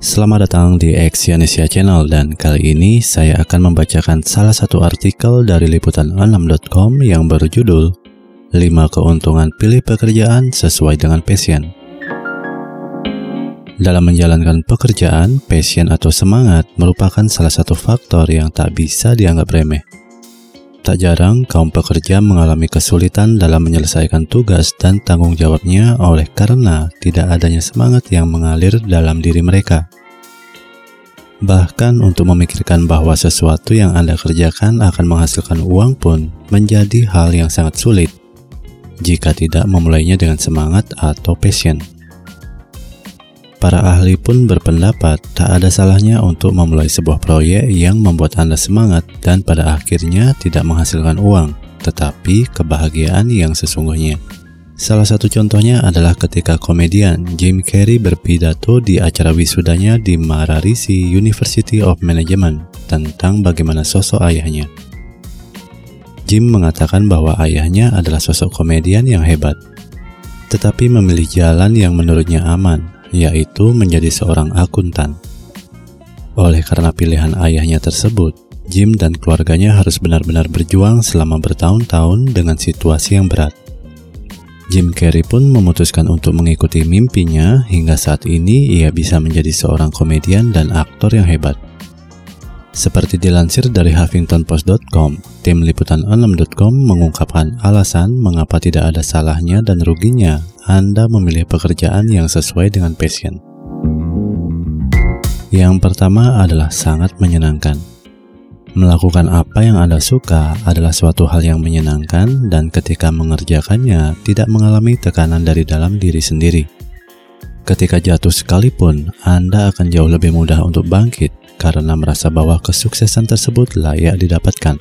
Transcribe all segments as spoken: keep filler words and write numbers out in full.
Selamat datang di Exyonesia Channel, dan kali ini saya akan membacakan salah satu artikel dari liputan enam dot com yang berjudul lima keuntungan pilih pekerjaan sesuai dengan passion. Dalam menjalankan pekerjaan, passion atau semangat merupakan salah satu faktor yang tak bisa dianggap remeh. Tak jarang kaum pekerja mengalami kesulitan dalam menyelesaikan tugas dan tanggung jawabnya oleh karena tidak adanya semangat yang mengalir dalam diri mereka. Bahkan untuk memikirkan bahwa sesuatu yang Anda kerjakan akan menghasilkan uang pun menjadi hal yang sangat sulit jika tidak memulainya dengan semangat atau passion. Para ahli pun berpendapat tak ada salahnya untuk memulai sebuah proyek yang membuat Anda semangat dan pada akhirnya tidak menghasilkan uang, tetapi kebahagiaan yang sesungguhnya. Salah satu contohnya adalah ketika komedian Jim Carrey berpidato di acara wisudanya di Mararisi University of Management tentang bagaimana sosok ayahnya. Jim mengatakan bahwa ayahnya adalah sosok komedian yang hebat, tetapi memilih jalan yang menurutnya aman, yaitu menjadi seorang akuntan. Oleh karena pilihan ayahnya tersebut, Jim dan keluarganya harus benar-benar berjuang selama bertahun-tahun dengan situasi yang berat. Jim Carrey pun memutuskan untuk mengikuti mimpinya hingga saat ini ia bisa menjadi seorang komedian dan aktor yang hebat. Seperti dilansir dari Huffington Post dot com, tim liputan enam dot com mengungkapkan alasan mengapa tidak ada salahnya dan ruginya Anda memilih pekerjaan yang sesuai dengan passion. Yang pertama adalah sangat menyenangkan. Melakukan apa yang Anda suka adalah suatu hal yang menyenangkan dan ketika mengerjakannya tidak mengalami tekanan dari dalam diri sendiri. Ketika jatuh sekalipun, Anda akan jauh lebih mudah untuk bangkit karena merasa bahwa kesuksesan tersebut layak didapatkan.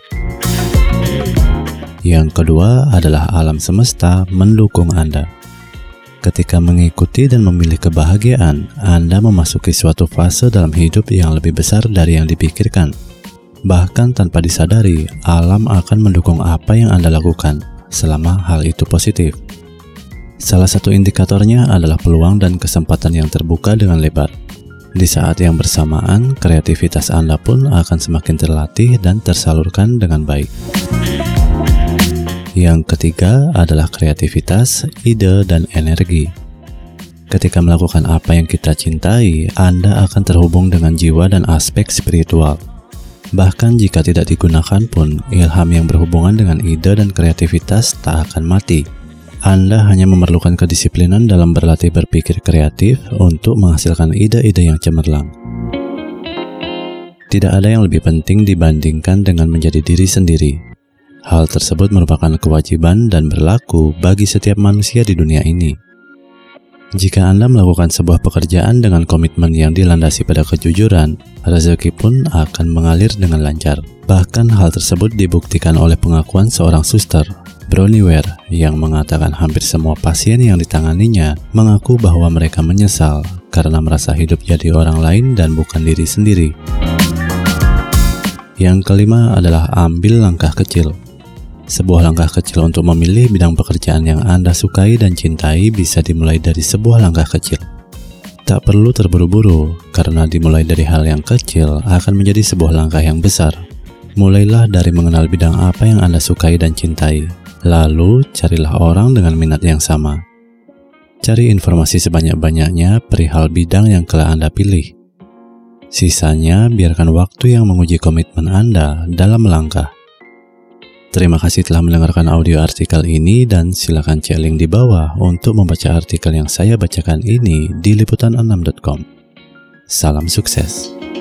Yang kedua adalah alam semesta mendukung Anda. Ketika mengikuti dan memilih kebahagiaan, Anda memasuki suatu fase dalam hidup yang lebih besar dari yang dipikirkan. Bahkan tanpa disadari, alam akan mendukung apa yang Anda lakukan, selama hal itu positif. Salah satu indikatornya adalah peluang dan kesempatan yang terbuka dengan lebar. Di saat yang bersamaan, kreativitas Anda pun akan semakin terlatih dan tersalurkan dengan baik. Yang ketiga adalah kreativitas, ide, dan energi. Ketika melakukan apa yang kita cintai, Anda akan terhubung dengan jiwa dan aspek spiritual. Bahkan jika tidak digunakan pun, ilham yang berhubungan dengan ide dan kreativitas tak akan mati. Anda hanya memerlukan kedisiplinan dalam berlatih berpikir kreatif untuk menghasilkan ide-ide yang cemerlang. Tidak ada yang lebih penting dibandingkan dengan menjadi diri sendiri. Hal tersebut merupakan kewajiban dan berlaku bagi setiap manusia di dunia ini. Jika Anda melakukan sebuah pekerjaan dengan komitmen yang dilandasi pada kejujuran, rezeki pun akan mengalir dengan lancar. Bahkan hal tersebut dibuktikan oleh pengakuan seorang suster, Bronnie Ware, yang mengatakan hampir semua pasien yang ditanganinya mengaku bahwa mereka menyesal karena merasa hidup jadi orang lain dan bukan diri sendiri. Yang kelima adalah ambil langkah kecil. Sebuah langkah kecil untuk memilih bidang pekerjaan yang Anda sukai dan cintai bisa dimulai dari sebuah langkah kecil. Tak perlu terburu-buru, karena dimulai dari hal yang kecil akan menjadi sebuah langkah yang besar. Mulailah dari mengenal bidang apa yang Anda sukai dan cintai. Lalu, carilah orang dengan minat yang sama. Cari informasi sebanyak-banyaknya perihal bidang yang telah Anda pilih. Sisanya, biarkan waktu yang menguji komitmen Anda dalam melangkah. Terima kasih telah mendengarkan audio artikel ini dan silakan cek link di bawah untuk membaca artikel yang saya bacakan ini di liputan enam dot com. Salam sukses.